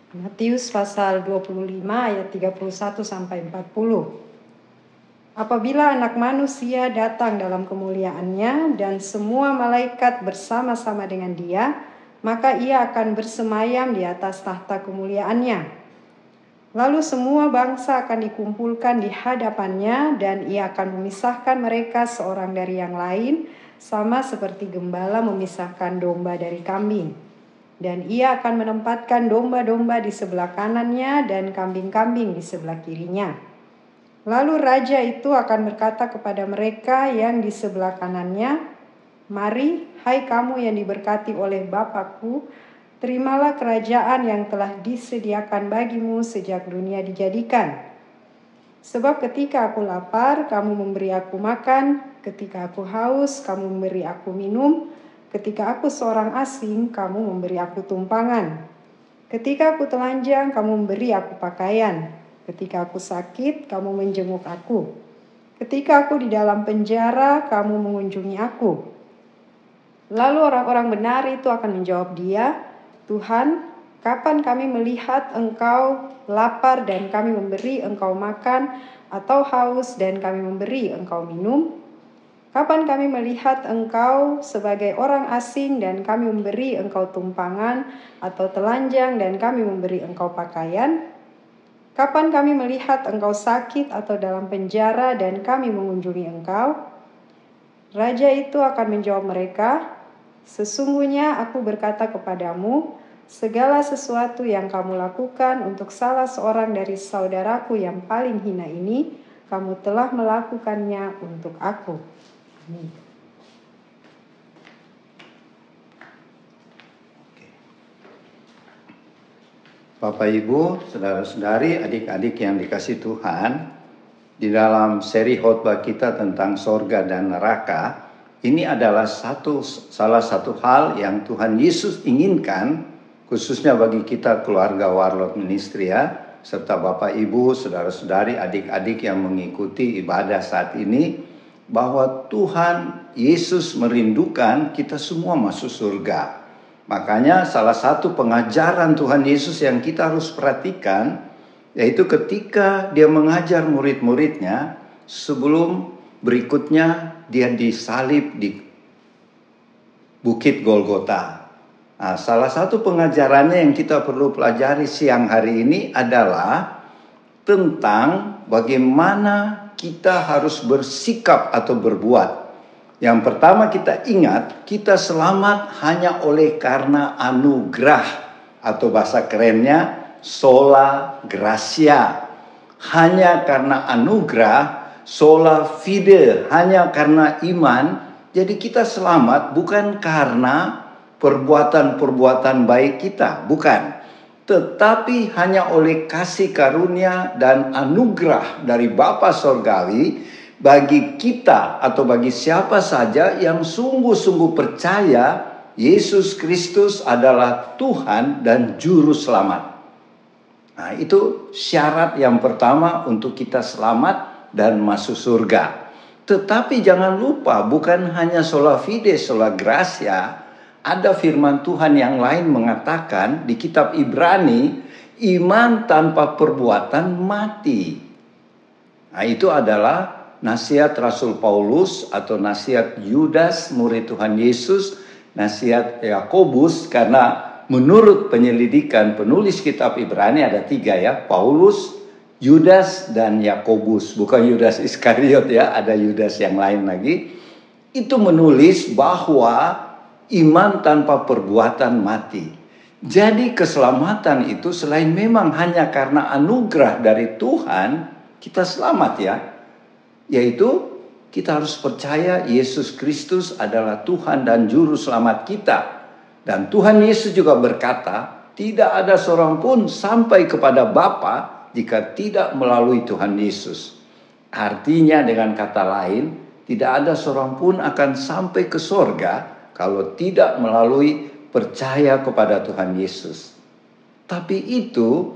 Matius pasal 25 ayat 31 sampai 40. Apabila Anak Manusia datang dalam kemuliaannya dan semua malaikat bersama-sama dengan Dia, maka Ia akan bersemayam di atas tahta kemuliaannya. Lalu semua bangsa akan dikumpulkan di hadapannya dan Ia akan memisahkan mereka seorang dari yang lain, sama seperti gembala memisahkan domba dari kambing. Dan Ia akan menempatkan domba-domba di sebelah kanannya dan kambing-kambing di sebelah kirinya. Lalu raja itu akan berkata kepada mereka yang di sebelah kanannya, "Mari, hai kamu yang diberkati oleh Bapa-Ku, terimalah kerajaan yang telah disediakan bagimu sejak dunia dijadikan. Sebab ketika aku lapar, kamu memberi aku makan, ketika aku haus, kamu memberi aku minum, ketika aku seorang asing, kamu memberi aku tumpangan. Ketika aku telanjang, kamu memberi aku pakaian. Ketika aku sakit, kamu menjenguk aku. Ketika aku di dalam penjara, kamu mengunjungi aku." Lalu orang-orang benar itu akan menjawab Dia, "Tuhan, kapan kami melihat Engkau lapar dan kami memberi Engkau makan, atau haus dan kami memberi Engkau minum? Kapan kami melihat Engkau sebagai orang asing dan kami memberi Engkau tumpangan, atau telanjang dan kami memberi Engkau pakaian? Kapan kami melihat Engkau sakit atau dalam penjara dan kami mengunjungi Engkau?" Raja itu akan menjawab mereka, "Sesungguhnya aku berkata kepadamu, segala sesuatu yang kamu lakukan untuk salah seorang dari saudaraku yang paling hina ini, kamu telah melakukannya untuk aku." Amin. Bapak Ibu, saudara-saudari, adik-adik yang dikasih Tuhan, di dalam seri khotbah kita tentang sorga dan neraka, ini adalah salah satu hal yang Tuhan Yesus inginkan, khususnya bagi kita keluarga Warlord Ministry ya, serta Bapak Ibu, saudara-saudari, adik-adik yang mengikuti ibadah saat ini, bahwa Tuhan Yesus merindukan kita semua masuk surga. Makanya salah satu pengajaran Tuhan Yesus yang kita harus perhatikan, yaitu ketika Dia mengajar murid-muridnya, sebelum berikutnya Dia disalib di Bukit Golgota. Nah, salah satu pengajarannya yang kita perlu pelajari siang hari ini adalah tentang bagaimana kita harus bersikap atau berbuat. Yang pertama kita ingat, kita selamat hanya oleh karena anugerah, atau bahasa kerennya sola gratia. Hanya karena anugerah, sola fide, hanya karena iman. Jadi kita selamat bukan karena perbuatan-perbuatan baik kita, bukan. Tetapi hanya oleh kasih karunia dan anugerah dari Bapa Sorgawi bagi kita atau bagi siapa saja yang sungguh-sungguh percaya Yesus Kristus adalah Tuhan dan Juru Selamat. Nah, itu syarat yang pertama untuk kita selamat dan masuk surga. Tetapi jangan lupa, bukan hanya sola fide, sola gratia. Ada firman Tuhan yang lain mengatakan di kitab Ibrani, iman tanpa perbuatan mati. Nah, itu adalah nasihat Rasul Paulus atau nasihat Yudas murid Tuhan Yesus, nasihat Yakobus, karena menurut penyelidikan penulis kitab Ibrani ada 3 ya, Paulus, Yudas, dan Yakobus. Bukan Yudas Iskariot ya, ada Yudas yang lain lagi. Itu menulis bahwa iman tanpa perbuatan mati. Jadi keselamatan itu selain memang hanya karena anugerah dari Tuhan, kita selamat ya. Yaitu kita harus percaya Yesus Kristus adalah Tuhan dan Juru Selamat kita. Dan Tuhan Yesus juga berkata, tidak ada seorang pun sampai kepada Bapa jika tidak melalui Tuhan Yesus. Artinya dengan kata lain, tidak ada seorang pun akan sampai ke sorga kalau tidak melalui percaya kepada Tuhan Yesus. Tapi itu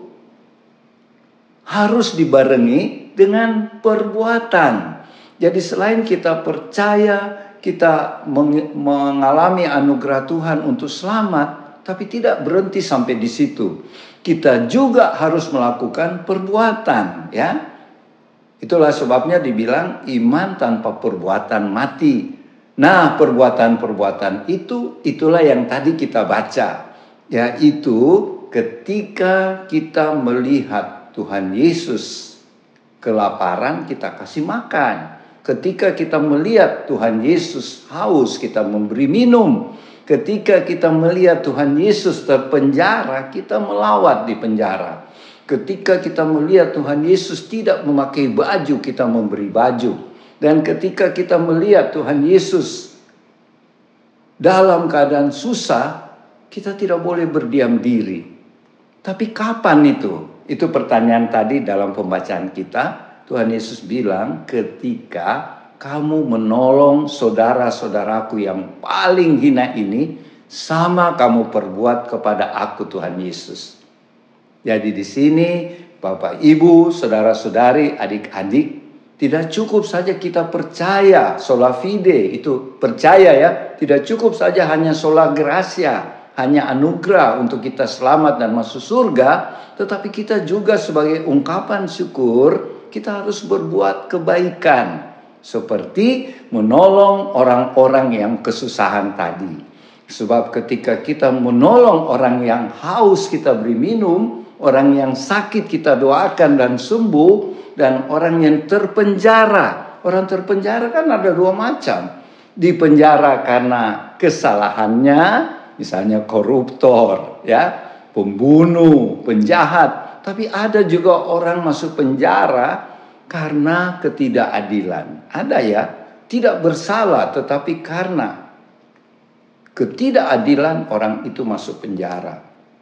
harus dibarengi dengan perbuatan. Jadi selain kita percaya, kita mengalami anugerah Tuhan untuk selamat, tapi tidak berhenti sampai di situ. kita juga harus melakukan perbuatan, ya. Itulah sebabnya dibilang iman tanpa perbuatan mati. Nah, perbuatan-perbuatan itulah yang tadi kita baca, yaitu ketika kita melihat Tuhan Yesus kelaparan, kita kasih makan. Ketika kita melihat Tuhan Yesus haus, kita memberi minum. Ketika kita melihat Tuhan Yesus terpenjara, kita melawat di penjara. Ketika kita melihat Tuhan Yesus tidak memakai baju, kita memberi baju. Dan ketika kita melihat Tuhan Yesus dalam keadaan susah, kita tidak boleh berdiam diri. Tapi kapan itu? Itu pertanyaan tadi dalam pembacaan kita. Tuhan Yesus bilang, ketika kamu menolong saudara-saudaraku yang paling hina ini, sama kamu perbuat kepada aku, Tuhan Yesus. Jadi di sini Bapak Ibu, saudara-saudari, adik-adik, tidak cukup saja kita percaya sola fide, itu percaya ya, tidak cukup saja hanya sola gratia, hanya anugerah untuk kita selamat dan masuk surga, tetapi kita juga sebagai ungkapan syukur, kita harus berbuat kebaikan. Seperti menolong orang-orang yang kesusahan tadi. Sebab ketika kita menolong orang yang haus, kita beri minum. Orang yang sakit kita doakan dan sembuh. Dan orang yang terpenjara. Orang terpenjara kan ada dua macam. Dipenjara karena kesalahannya. Misalnya koruptor, ya, pembunuh, penjahat. Tapi ada juga orang masuk penjara karena ketidakadilan. Ada ya, tidak bersalah tetapi karena ketidakadilan orang itu masuk penjara.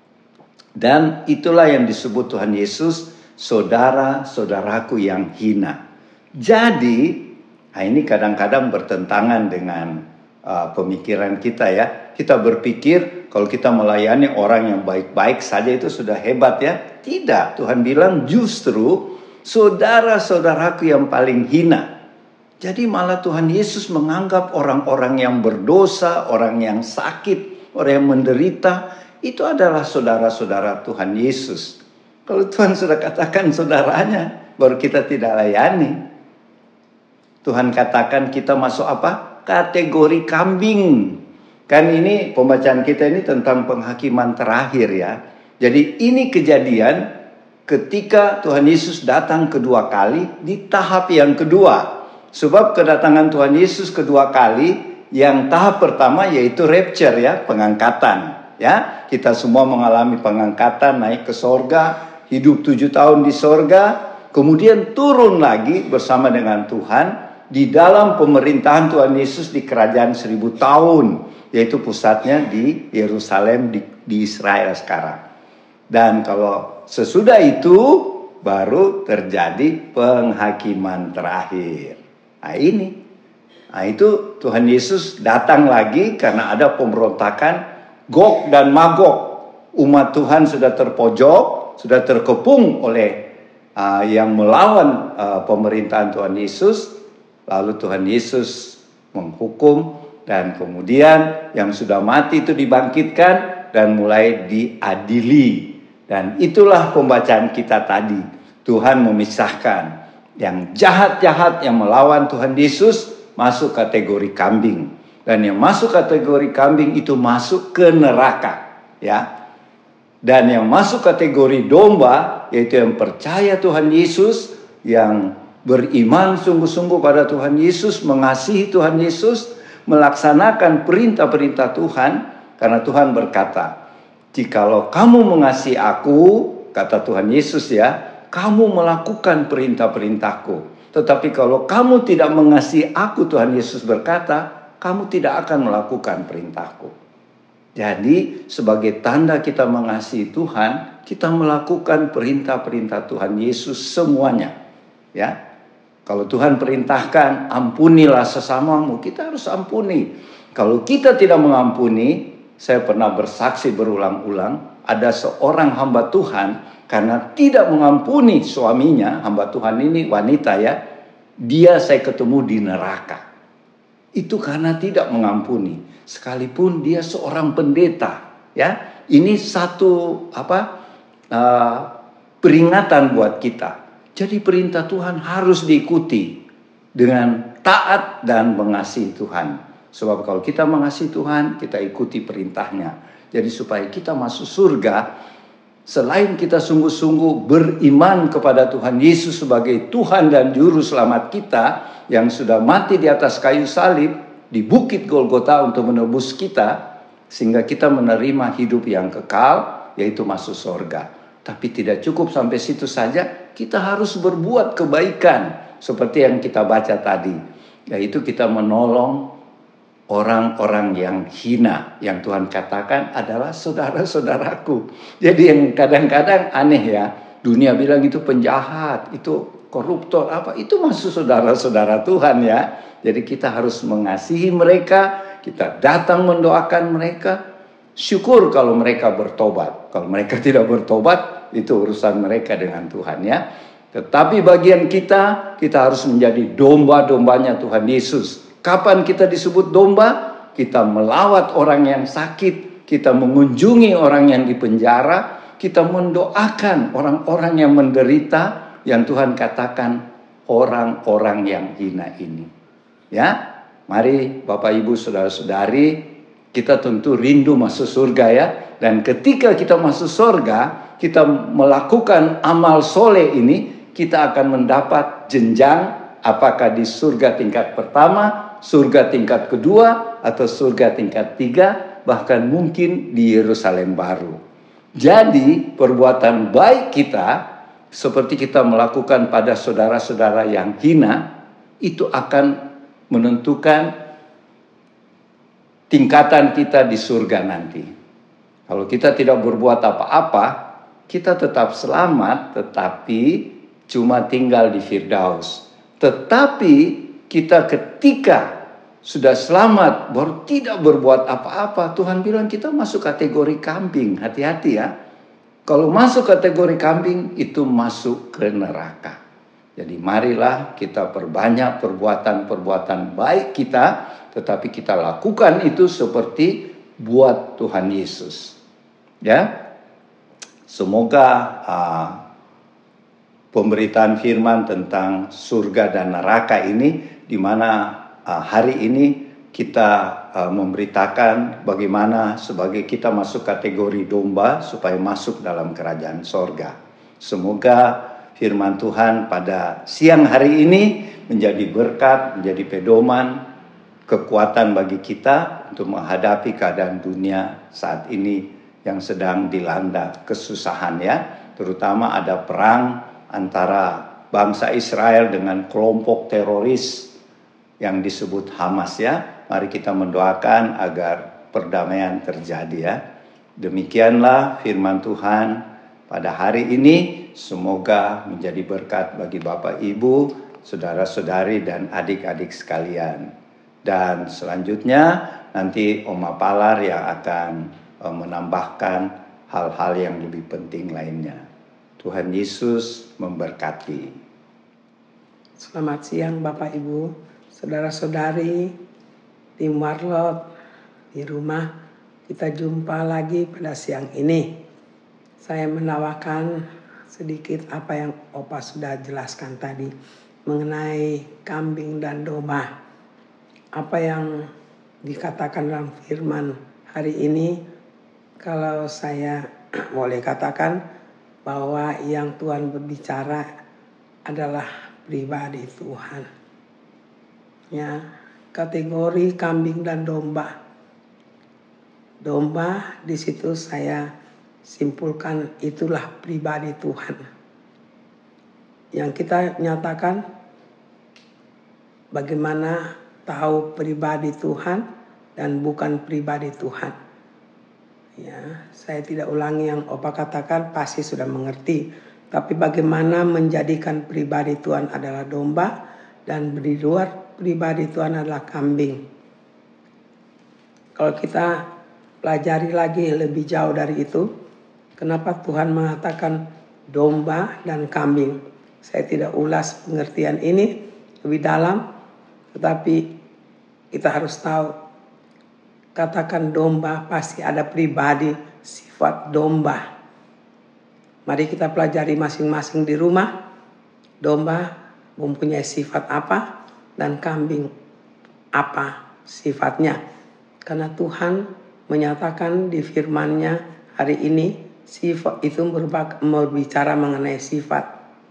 Dan itulah yang disebut Tuhan Yesus, saudara-saudaraku yang hina. Jadi, ini kadang-kadang bertentangan dengan pemikiran kita ya. Kita berpikir kalau kita melayani orang yang baik-baik saja itu sudah hebat ya. Tidak, Tuhan bilang justru saudara-saudaraku yang paling hina. Jadi malah Tuhan Yesus menganggap orang-orang yang berdosa, orang yang sakit, orang yang menderita, itu adalah saudara-saudara Tuhan Yesus. Kalau Tuhan sudah katakan saudaranya, baru kita tidak layani. Tuhan katakan kita masuk apa? Kategori kambing. Kan ini pembacaan kita ini tentang penghakiman terakhir ya. Jadi ini kejadian ketika Tuhan Yesus datang kedua kali di tahap yang kedua. Sebab kedatangan Tuhan Yesus kedua kali, yang tahap pertama yaitu rapture ya, pengangkatan. Ya, kita semua mengalami pengangkatan, naik ke sorga, hidup 7 tahun di sorga, kemudian turun lagi bersama dengan Tuhan di dalam pemerintahan Tuhan Yesus di kerajaan 1000 tahun. Yaitu pusatnya di Yerusalem, di Israel sekarang. Dan kalau sesudah itu baru terjadi penghakiman terakhir. Nah ini. Nah itu Tuhan Yesus datang lagi karena ada pemberontakan Gog dan Magog. Umat Tuhan sudah terpojok, sudah terkepung oleh yang melawan pemerintahan Tuhan Yesus. Lalu Tuhan Yesus menghukum. Dan kemudian yang sudah mati itu dibangkitkan dan mulai diadili. Dan itulah pembacaan kita tadi. Tuhan memisahkan yang jahat-jahat yang melawan Tuhan Yesus masuk kategori kambing. Dan yang masuk kategori kambing itu masuk ke neraka. Ya. Dan yang masuk kategori domba, yaitu yang percaya Tuhan Yesus, yang beriman sungguh-sungguh pada Tuhan Yesus, mengasihi Tuhan Yesus, melaksanakan perintah-perintah Tuhan, karena Tuhan berkata, jikalau kamu mengasihi aku, kata Tuhan Yesus ya, kamu melakukan perintah-perintahku. Tetapi kalau kamu tidak mengasihi aku, Tuhan Yesus berkata, kamu tidak akan melakukan perintahku. Jadi sebagai tanda kita mengasihi Tuhan, kita melakukan perintah-perintah Tuhan Yesus semuanya. Ya. Kalau Tuhan perintahkan, ampunilah sesamamu, kita harus ampuni. Kalau kita tidak mengampuni, saya pernah bersaksi berulang-ulang, ada seorang hamba Tuhan, karena tidak mengampuni suaminya, hamba Tuhan ini wanita ya, dia saya ketemu di neraka. Itu karena tidak mengampuni. Sekalipun dia seorang pendeta, ya. Ini satu peringatan buat kita. Jadi perintah Tuhan harus diikuti dengan taat dan mengasihi Tuhan. Sebab kalau kita mengasihi Tuhan, kita ikuti perintahnya. Jadi supaya kita masuk surga, selain kita sungguh-sungguh beriman kepada Tuhan Yesus sebagai Tuhan dan Juru Selamat kita, yang sudah mati di atas kayu salib, di bukit Golgota untuk menebus kita, sehingga kita menerima hidup yang kekal, yaitu masuk surga. Tapi tidak cukup sampai situ saja, kita harus berbuat kebaikan. Seperti yang kita baca tadi, yaitu kita menolong orang-orang yang hina, yang Tuhan katakan adalah saudara-saudaraku. Jadi yang kadang-kadang aneh ya, dunia bilang itu penjahat, itu koruptor, apa, itu masuk saudara-saudara Tuhan ya. Jadi kita harus mengasihi mereka, kita datang mendoakan mereka. Syukur kalau mereka bertobat. Kalau mereka tidak bertobat, itu urusan mereka dengan Tuhan ya. Tetapi bagian kita harus menjadi domba-dombanya Tuhan Yesus. Kapan kita disebut domba? Kita melawat orang yang sakit, kita mengunjungi orang yang dipenjara, kita mendoakan orang-orang yang menderita, yang Tuhan katakan orang-orang yang hina ini. Ya, mari Bapak Ibu Saudara-saudari, kita tentu rindu masuk surga ya. Dan ketika kita masuk surga, kita melakukan amal soleh ini, kita akan mendapat jenjang, apakah di surga tingkat pertama, surga tingkat kedua, atau surga tingkat 3, bahkan mungkin di Yerusalem baru. Jadi perbuatan baik kita, seperti kita melakukan pada saudara-saudara yang hina, itu akan menentukan tingkatan kita di surga nanti. Kalau kita tidak berbuat apa-apa, kita tetap selamat, tetapi cuma tinggal di Firdaus. Tetapi kita ketika sudah selamat, baru tidak berbuat apa-apa, Tuhan bilang kita masuk kategori kambing. Hati-hati ya. Kalau masuk kategori kambing, itu masuk ke neraka. Jadi marilah kita perbanyak perbuatan-perbuatan baik kita, tetapi kita lakukan itu seperti buat Tuhan Yesus. Ya, semoga pemberitaan firman tentang surga dan neraka ini, di mana hari ini kita memberitakan bagaimana sebagai kita masuk kategori domba supaya masuk dalam kerajaan sorga. Semoga firman Tuhan pada siang hari ini menjadi berkat, menjadi pedoman, kekuatan bagi kita untuk menghadapi keadaan dunia saat ini yang sedang dilanda kesusahan ya. Terutama ada perang antara bangsa Israel dengan kelompok teroris yang disebut Hamas ya. Mari kita mendoakan agar perdamaian terjadi ya. Demikianlah firman Tuhan pada hari ini. Semoga menjadi berkat bagi Bapak Ibu, saudara-saudari dan adik-adik sekalian. Dan selanjutnya nanti Oma Palar yang akan menambahkan hal-hal yang lebih penting lainnya. Tuhan Yesus memberkati. Selamat siang Bapak Ibu, saudara-saudari, tim Warlot di rumah. Kita jumpa lagi pada siang ini. Saya menawarkan sedikit apa yang Opa sudah jelaskan tadi mengenai kambing dan domba. Apa yang dikatakan dalam firman hari ini, kalau saya boleh katakan bahwa yang Tuhan berbicara adalah pribadi Tuhan. Ya, kategori kambing dan domba. Domba di situ saya simpulkan itulah pribadi Tuhan. Yang kita nyatakan bagaimana tahu pribadi Tuhan dan bukan pribadi Tuhan. Ya, saya tidak ulangi yang Opa katakan, pasti sudah mengerti. Tapi bagaimana menjadikan pribadi Tuhan adalah domba dan di luar pribadi Tuhan adalah kambing. Kalau kita pelajari lagi lebih jauh dari itu, kenapa Tuhan mengatakan domba dan kambing? Saya tidak ulas pengertian ini lebih dalam, tetapi kita harus tahu, katakan domba pasti ada pribadi sifat domba. Mari kita pelajari masing-masing di rumah. Domba mempunyai sifat apa dan kambing apa sifatnya. Karena Tuhan menyatakan di firman-Nya hari ini, sifat itu berbicara mengenai sifat.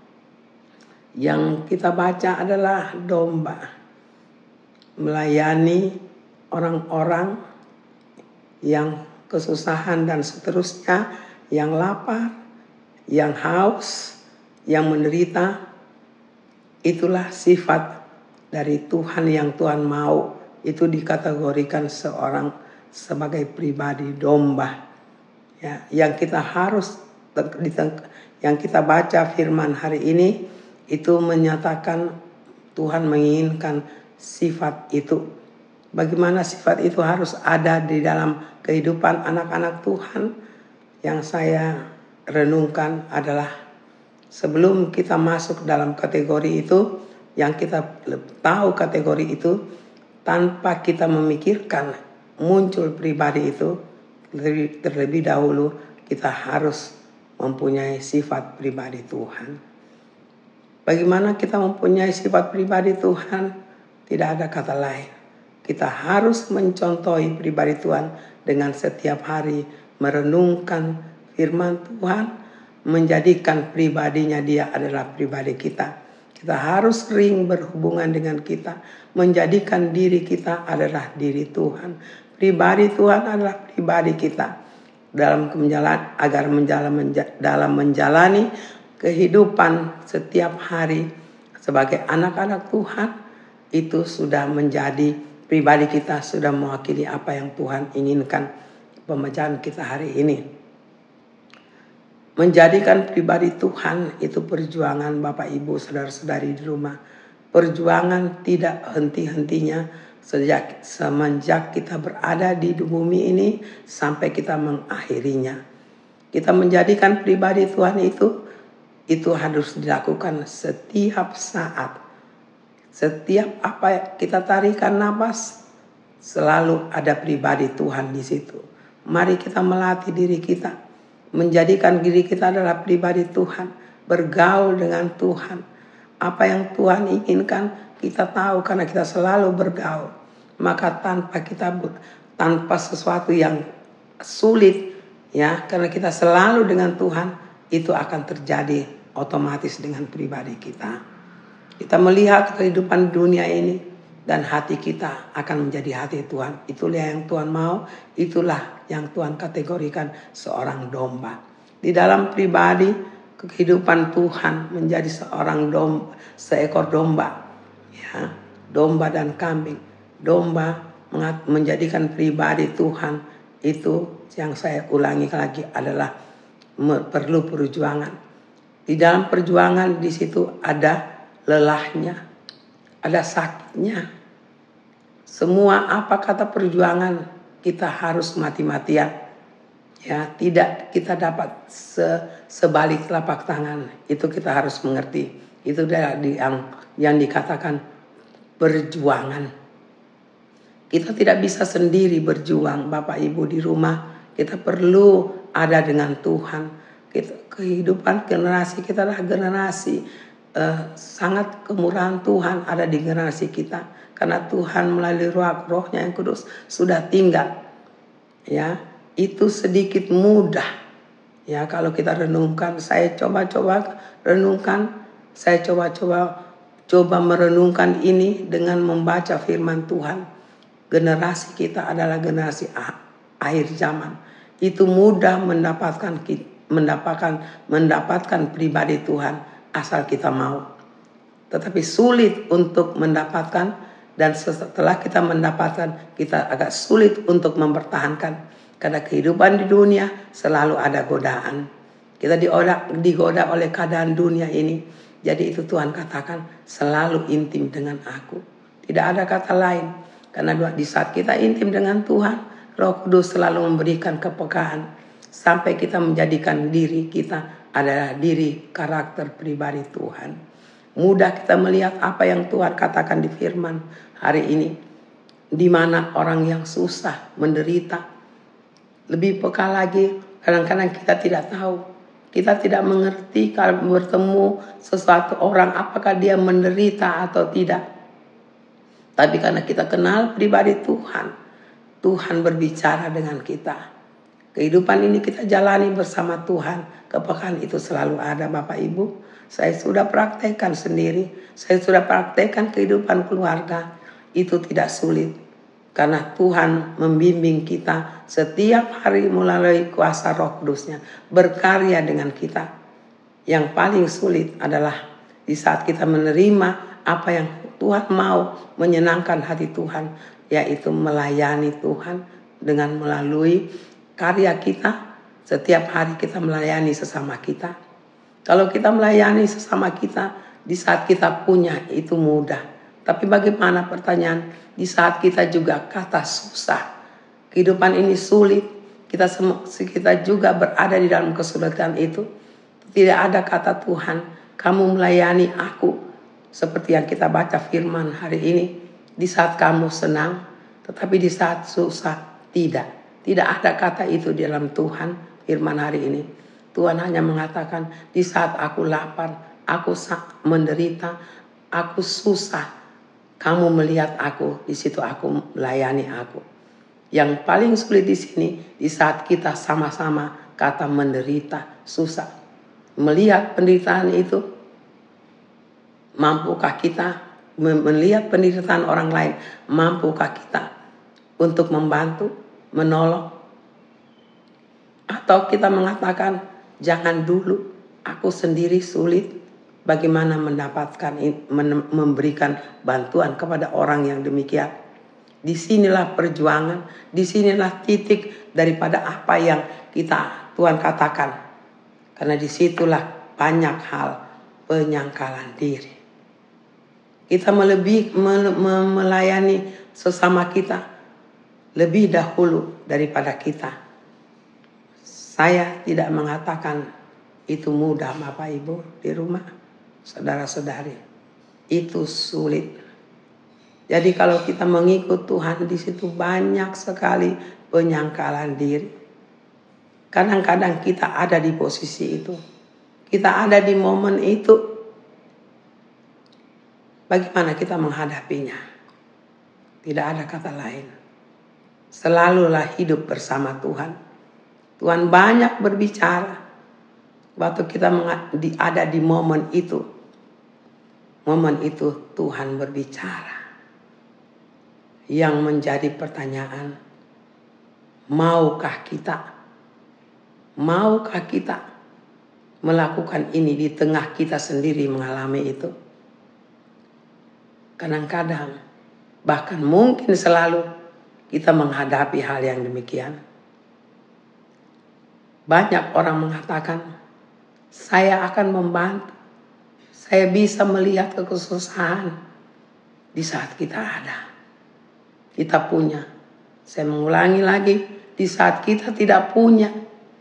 Yang kita baca adalah domba melayani orang-orang yang kesusahan dan seterusnya, yang lapar, yang haus, yang menderita. Itulah sifat dari Tuhan yang Tuhan mau. Itu dikategorikan seorang sebagai pribadi domba. Ya, yang kita harus, yang kita baca firman hari ini, itu menyatakan Tuhan menginginkan sifat itu. Bagaimana sifat itu harus ada di dalam kehidupan anak-anak Tuhan. Yang saya renungkan adalah sebelum kita masuk dalam kategori itu, yang kita tahu kategori itu, tanpa kita memikirkan muncul pribadi itu, terlebih dahulu kita harus mempunyai sifat pribadi Tuhan. Bagaimana kita mempunyai sifat pribadi Tuhan? Tidak ada kata lain. Kita harus mencontohi pribadi Tuhan dengan setiap hari merenungkan firman Tuhan, menjadikan pribadinya dia adalah pribadi kita. Kita harus sering berhubungan dengan kita, menjadikan diri kita adalah diri Tuhan. Pribadi Tuhan adalah pribadi kita. Dalam menjalani kehidupan setiap hari sebagai anak-anak Tuhan, itu sudah menjadi pribadi kita, sudah mewakili apa yang Tuhan inginkan. Pembacaan kita hari ini, menjadikan pribadi Tuhan itu perjuangan Bapak Ibu saudara-saudari di rumah. Perjuangan tidak henti-hentinya semenjak kita berada di bumi ini sampai kita mengakhirinya. Kita menjadikan pribadi Tuhan itu harus dilakukan setiap saat. Setiap apa kita tarikan napas, selalu ada pribadi Tuhan di situ. Mari kita melatih diri kita, menjadikan diri kita adalah pribadi Tuhan, bergaul dengan Tuhan. Apa yang Tuhan inginkan kita tahu karena kita selalu bergaul. Maka tanpa sesuatu yang sulit, ya, karena kita selalu dengan Tuhan, itu akan terjadi otomatis dengan pribadi kita. Kita melihat kehidupan dunia ini dan hati kita akan menjadi hati Tuhan. Itulah yang Tuhan mau, itulah yang Tuhan kategorikan seorang domba. Di dalam pribadi kehidupan Tuhan menjadi seekor domba. Ya, domba dan kambing. Domba menjadikan pribadi Tuhan itu, yang saya ulangi lagi, adalah perlu perjuangan. Di dalam perjuangan di situ ada lelahnya, ada sakitnya. Semua apa kata perjuangan kita harus mati-matian. Ya, tidak kita dapat sebalik telapak tangan. Itu kita harus mengerti. Itu yang dikatakan perjuangan. Kita tidak bisa sendiri berjuang, Bapak Ibu di rumah. Kita perlu ada dengan Tuhan. Kehidupan generasi kita adalah generasi sangat kemurahan Tuhan ada di generasi kita, karena Tuhan melalui rohnya yang kudus sudah tinggal. Ya, itu sedikit mudah. Ya, kalau kita renungkan, saya coba merenungkan ini dengan membaca firman Tuhan. Generasi kita adalah generasi akhir zaman. Itu mudah mendapatkan pribadi Tuhan asal kita mau. Tetapi sulit untuk mendapatkan, dan setelah kita mendapatkan, kita agak sulit untuk mempertahankan. Karena kehidupan di dunia selalu ada godaan. Kita digoda oleh keadaan dunia ini. Jadi itu Tuhan katakan, selalu intim dengan aku. Tidak ada kata lain. Karena di saat kita intim dengan Tuhan, Roh Kudus selalu memberikan kepekaan. Sampai kita menjadikan diri kita adalah diri karakter pribadi Tuhan. Mudah kita melihat apa yang Tuhan katakan di firman hari ini. Di mana orang yang susah, menderita. Lebih peka lagi, kadang-kadang kita tidak tahu. Kita tidak mengerti kalau bertemu sesuatu orang apakah dia menderita atau tidak. Tapi karena kita kenal pribadi Tuhan, Tuhan berbicara dengan kita. Kehidupan ini kita jalani bersama Tuhan. Kepekaan itu selalu ada, Bapak Ibu. Saya sudah praktekkan sendiri. Saya sudah praktekkan kehidupan keluarga. Itu tidak sulit. Karena Tuhan membimbing kita setiap hari melalui kuasa Roh Kudus-Nya. Berkarya dengan kita. Yang paling sulit adalah di saat kita menerima apa yang Tuhan mau, menyenangkan hati Tuhan, yaitu melayani Tuhan dengan melalui karya kita. Setiap hari kita melayani sesama kita. Kalau kita melayani sesama kita, di saat kita punya itu mudah. Tapi bagaimana pertanyaan, di saat kita juga kata susah, kehidupan ini sulit, kita juga berada di dalam kesulitan itu. Tidak ada kata Tuhan, kamu melayani aku. Seperti yang kita baca firman hari ini, di saat kamu senang, tetapi di saat susah, tidak. Tidak ada kata itu di dalam Tuhan firman hari ini. Tuhan hanya mengatakan, di saat aku lapar, aku menderita, aku susah, kamu melihat aku, di situ aku melayani aku. Yang paling sulit di sini, di saat kita sama-sama kata menderita, susah. Melihat penderitaan itu, mampukah kita melihat penderitaan orang lain? Mampukah kita untuk membantu, menolong? Atau kita mengatakan, jangan dulu, aku sendiri sulit. Bagaimana memberikan bantuan kepada orang yang demikian? Disinilah perjuangan, disinilah titik daripada apa yang Tuhan katakan. Karena disitulah banyak hal penyangkalan diri. Kita melayani sesama kita lebih dahulu daripada kita. Saya tidak mengatakan itu mudah, Bapak Ibu di rumah, saudara-saudari. Itu sulit. Jadi kalau kita mengikut Tuhan, di situ banyak sekali penyangkalan diri. Kadang-kadang kita ada di posisi itu. Kita ada di momen itu. Bagaimana kita menghadapinya? Tidak ada kata lain. Selalulah hidup bersama Tuhan. Tuhan banyak berbicara. Waktu kita ada di momen itu. Momen itu Tuhan berbicara. Yang menjadi pertanyaan, maukah kita melakukan ini di tengah kita sendiri mengalami itu? Kadang-kadang, bahkan mungkin selalu kita menghadapi hal yang demikian. Banyak orang mengatakan, saya akan membantu. Saya bisa melihat kesusahan di saat kita ada. Kita punya. Saya mengulangi lagi, di saat kita tidak punya.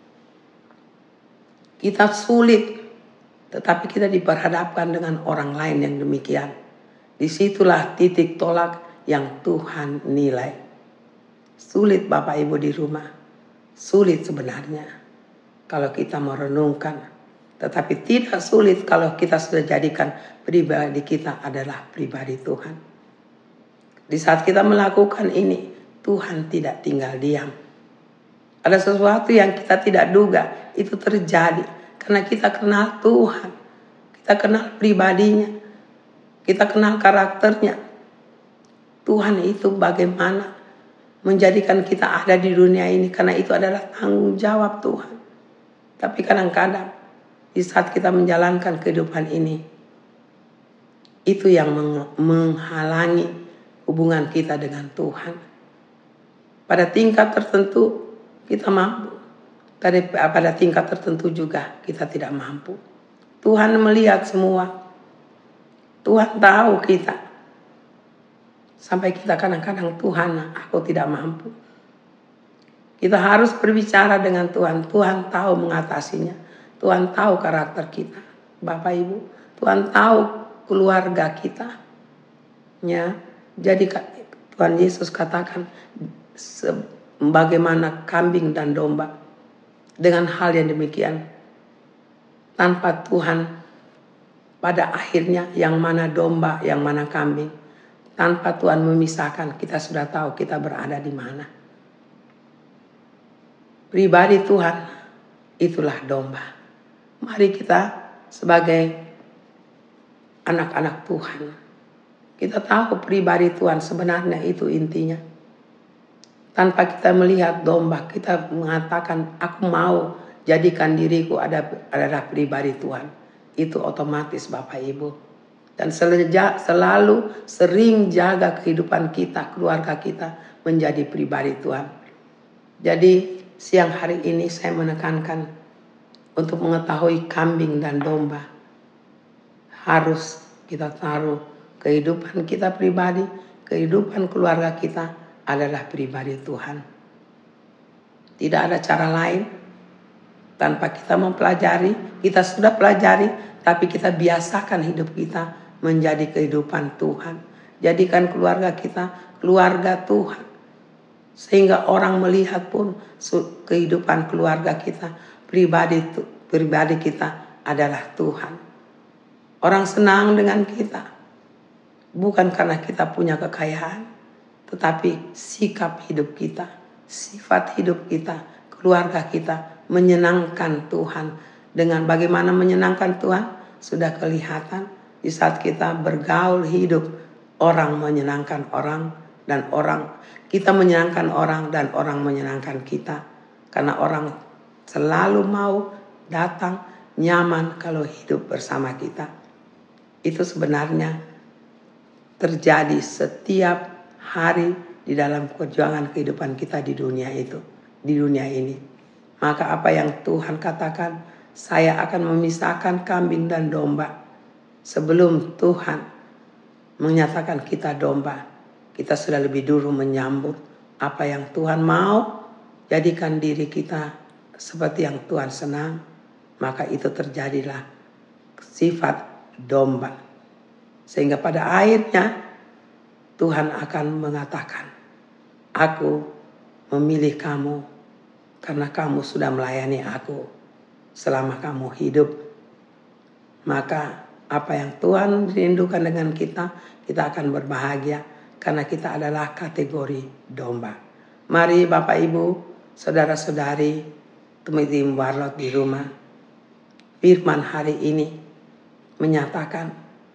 Kita sulit. Tetapi kita diperhadapkan dengan orang lain yang demikian. Disitulah titik tolak yang Tuhan nilai. Sulit Bapak Ibu di rumah. Sulit sebenarnya kalau kita merenungkan. Tetapi tidak sulit kalau kita sudah jadikan pribadi kita adalah pribadi Tuhan. Di saat kita melakukan ini, Tuhan tidak tinggal diam. Ada sesuatu yang kita tidak duga, itu terjadi. Karena kita kenal Tuhan. Kita kenal pribadinya. Kita kenal karakternya. Tuhan itu bagaimana menjadikan kita ada di dunia ini. Karena itu adalah tanggung jawab Tuhan. Tapi kadang-kadang di saat kita menjalankan kehidupan ini, itu yang menghalangi hubungan kita dengan Tuhan. Pada tingkat tertentu kita mampu. Pada tingkat tertentu juga kita tidak mampu. Tuhan melihat semua. Tuhan tahu kita. Sampai kita kadang-kadang, Tuhan, aku tidak mampu. Kita harus berbicara dengan Tuhan. Tuhan tahu mengatasinya. Tuhan tahu karakter kita. Bapak Ibu, Tuhan tahu keluarga kita. Ya, jadi Tuhan Yesus katakan bagaimana kambing dan domba. Dengan hal yang demikian, tanpa Tuhan pada akhirnya yang mana domba, yang mana kambing. Tanpa Tuhan memisahkan, kita sudah tahu kita berada di mana. Pribadi Tuhan, itulah domba. Mari kita sebagai anak-anak Tuhan, kita tahu pribadi Tuhan sebenarnya itu intinya. Tanpa kita melihat domba, kita mengatakan aku mau jadikan diriku adalah pribadi Tuhan. Itu otomatis Bapak Ibu. Dan selalu sering jaga kehidupan kita, keluarga kita menjadi pribadi Tuhan. Jadi siang hari ini saya menekankan untuk mengetahui kambing dan domba. Harus kita taruh kehidupan kita pribadi, kehidupan keluarga kita adalah pribadi Tuhan. Tidak ada cara lain tanpa kita mempelajari. Kita sudah pelajari, tapi kita biasakan hidup kita menjadi kehidupan Tuhan. Jadikan keluarga kita keluarga Tuhan. Sehingga orang melihat pun kehidupan keluarga kita, pribadi kita adalah Tuhan. Orang senang dengan kita. Bukan karena kita punya kekayaan, tetapi sikap hidup kita, sifat hidup kita, keluarga kita menyenangkan Tuhan. Dengan bagaimana menyenangkan Tuhan sudah kelihatan di saat kita bergaul hidup. Orang menyenangkan orang dan kita menyenangkan orang dan orang menyenangkan kita. Karena orang selalu mau datang nyaman kalau hidup bersama kita. Itu sebenarnya terjadi setiap hari di dalam perjuangan kehidupan kita di dunia ini. Maka apa yang Tuhan katakan, saya akan memisahkan kambing dan domba. Sebelum Tuhan menyatakan kita domba, kita sudah lebih dulu menyambut apa yang Tuhan mau. Jadikan diri kita seperti yang Tuhan senang, maka itu terjadilah sifat domba. Sehingga pada akhirnya Tuhan akan mengatakan, aku memilih kamu karena kamu sudah melayani aku selama kamu hidup. Maka apa yang Tuhan rindukan dengan kita akan berbahagia karena kita adalah kategori domba. Mari Bapak Ibu, saudara-saudari, teman-teman warlot di rumah, firman hari ini menyatakan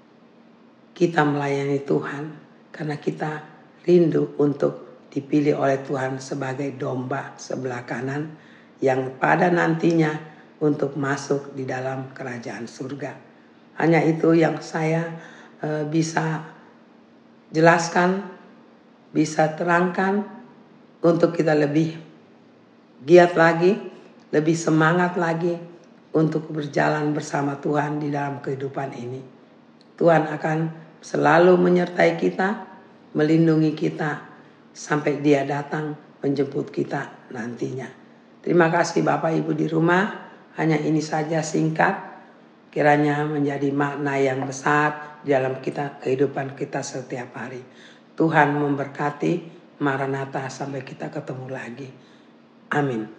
kita melayani Tuhan karena kita rindu untuk dipilih oleh Tuhan sebagai domba sebelah kanan yang pada nantinya untuk masuk di dalam kerajaan surga. Hanya itu yang saya bisa jelaskan, bisa terangkan untuk kita lebih giat lagi, lebih semangat lagi untuk berjalan bersama Tuhan di dalam kehidupan ini. Tuhan akan selalu menyertai kita, melindungi kita sampai Dia datang menjemput kita nantinya. Terima kasih Bapak Ibu di rumah. Hanya ini saja singkat, kiranya menjadi makna yang besar di dalam kehidupan kita setiap hari. Tuhan memberkati. Maranatha, sampai kita ketemu lagi. Amin.